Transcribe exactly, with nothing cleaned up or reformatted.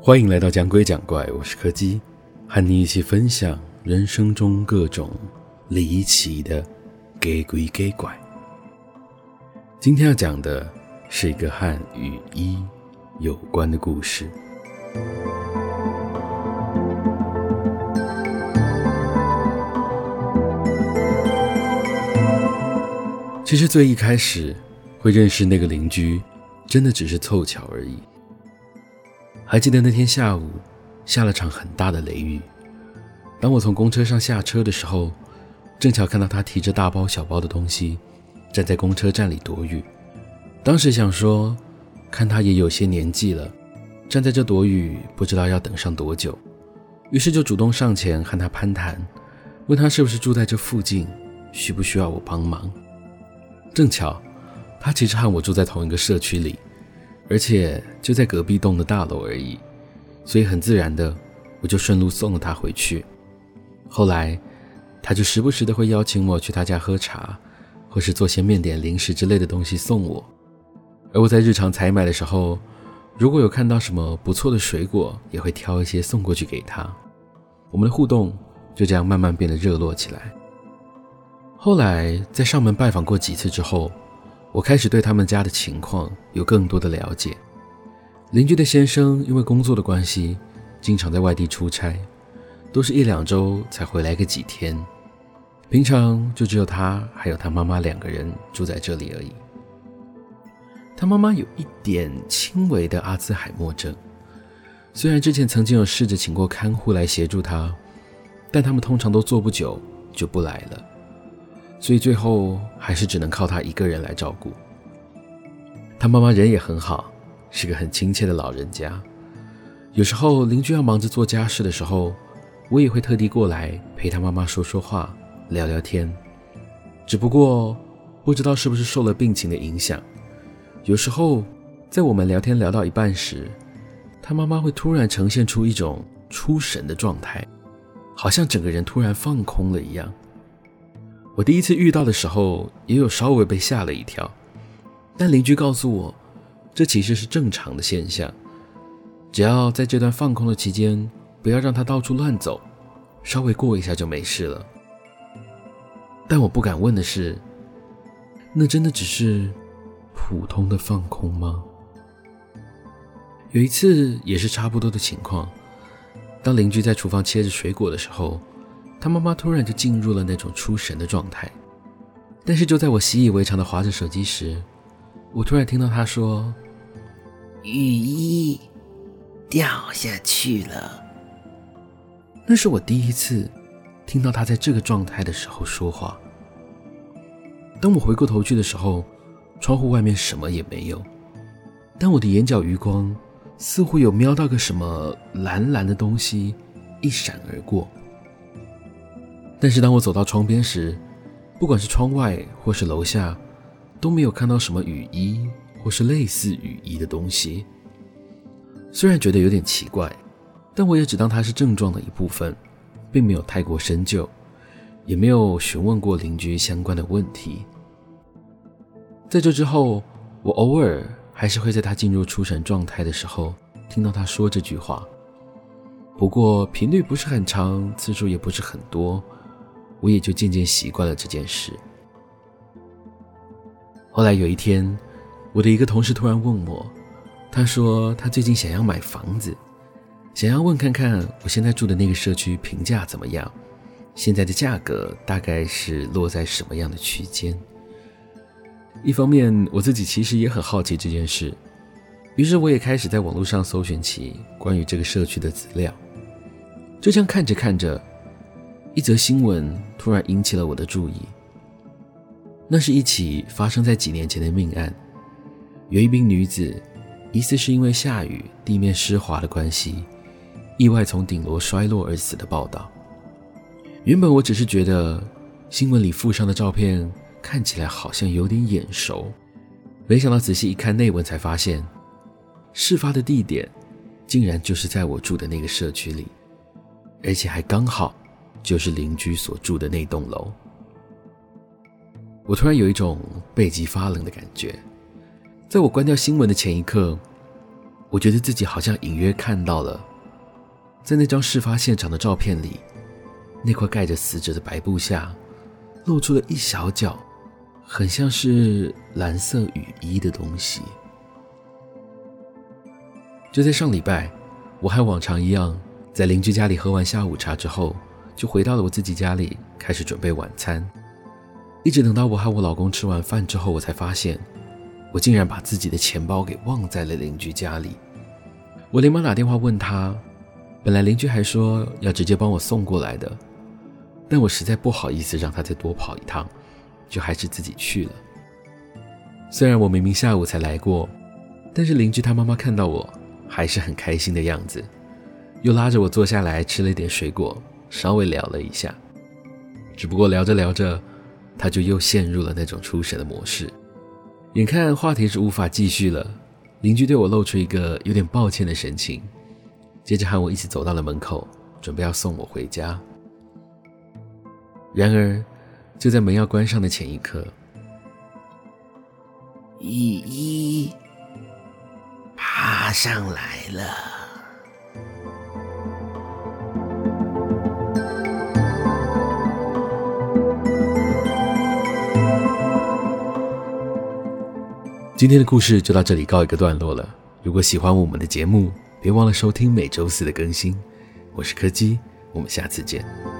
欢迎来到讲鬼讲怪，我是柯基，和你一起分享人生中各种离奇的假鬼假怪。今天要讲的是一个和雨衣有关的故事。其实最一开始会认识那个邻居，真的只是凑巧而已。还记得那天下午下了场很大的雷雨，当我从公车上下车的时候，正巧看到他提着大包小包的东西站在公车站里躲雨。当时想说，看他也有些年纪了，站在这躲雨不知道要等上多久，于是就主动上前和他攀谈，问他是不是住在这附近，需不需要我帮忙。正巧他其实和我住在同一个社区里，而且就在隔壁栋的大楼而已，所以很自然的我就顺路送了他回去。后来他就时不时的会邀请我去他家喝茶，或是做些面点零食之类的东西送我。而我在日常采买的时候，如果有看到什么不错的水果，也会挑一些送过去给他。我们的互动就这样慢慢变得热络起来。后来在上门拜访过几次之后，我开始对他们家的情况有更多的了解。邻居的先生因为工作的关系，经常在外地出差，都是一两周才回来个几天，平常就只有他还有他妈妈两个人住在这里而已。他妈妈有一点轻微的阿兹海默症，虽然之前曾经有试着请过看护来协助他，但他们通常都做不久就不来了，所以最后还是只能靠他一个人来照顾。他妈妈人也很好，是个很亲切的老人家。有时候邻居要忙着做家事的时候，我也会特地过来陪他妈妈说说话，聊聊天。只不过不知道是不是受了病情的影响，有时候在我们聊天聊到一半时，他妈妈会突然呈现出一种出神的状态，好像整个人突然放空了一样。我第一次遇到的时候也有稍微被吓了一跳，但邻居告诉我，这其实是正常的现象，只要在这段放空的期间不要让他到处乱走，稍微过一下就没事了。但我不敢问的是，那真的只是普通的放空吗？有一次也是差不多的情况，当邻居在厨房切着水果的时候，他妈妈突然就进入了那种出神的状态。但是就在我习以为常的滑着手机时，我突然听到他说， 雨衣掉下去了。 那是我第一次听到他在这个状态的时候说话。当我回过头去的时候，窗户外面什么也没有，但我的眼角余光似乎有瞄到个什么蓝蓝的东西一闪而过。但是当我走到窗边时，不管是窗外或是楼下，都没有看到什么雨衣或是类似雨衣的东西。虽然觉得有点奇怪，但我也只当它是症状的一部分，并没有太过深究，也没有询问过邻居相关的问题。在这之后，我偶尔还是会在他进入出神状态的时候听到他说这句话，不过频率不是很长，次数也不是很多，我也就渐渐习惯了这件事。后来有一天，我的一个同事突然问我，他说他最近想要买房子，想要问看看我现在住的那个社区评价怎么样，现在的价格大概是落在什么样的区间。一方面我自己其实也很好奇这件事，于是我也开始在网络上搜寻起关于这个社区的资料。就这样看着看着，一则新闻突然引起了我的注意。那是一起发生在几年前的命案，有一名女子疑似是因为下雨地面湿滑的关系，意外从顶楼摔落而死的报道。原本我只是觉得新闻里附上的照片看起来好像有点眼熟，没想到仔细一看内文才发现，事发的地点竟然就是在我住的那个社区里，而且还刚好就是邻居所住的那栋楼。我突然有一种背脊发冷的感觉。在我关掉新闻的前一刻， 我觉得自己好像隐约看到了，在那张事发现场的照片里，那块盖着死者的白布下露出了一小角很像是蓝色雨衣的东西。就在上礼拜，我和往常一样，在邻居家里喝完下午茶之后，就回到了我自己家里，开始准备晚餐。一直等到我和我老公吃完饭之后，我才发现我竟然把自己的钱包给忘在了邻居家里。我连忙打电话问他，本来邻居还说要直接帮我送过来的，但我实在不好意思让他再多跑一趟，就还是自己去了。虽然我明明下午才来过，但是邻居他妈妈看到我还是很开心的样子，又拉着我坐下来吃了一点水果，稍微聊了一下。只不过聊着聊着，他就又陷入了那种出神的模式。眼看话题是无法继续了，邻居对我露出一个有点抱歉的神情，接着和我一起走到了门口，准备要送我回家。然而就在门要关上的前一刻， 雨衣爬上来了。 今天的故事就到这里告一个段落了。如果喜欢我们的节目，别忘了收听每周四的更新。我是柯基，我们下次见。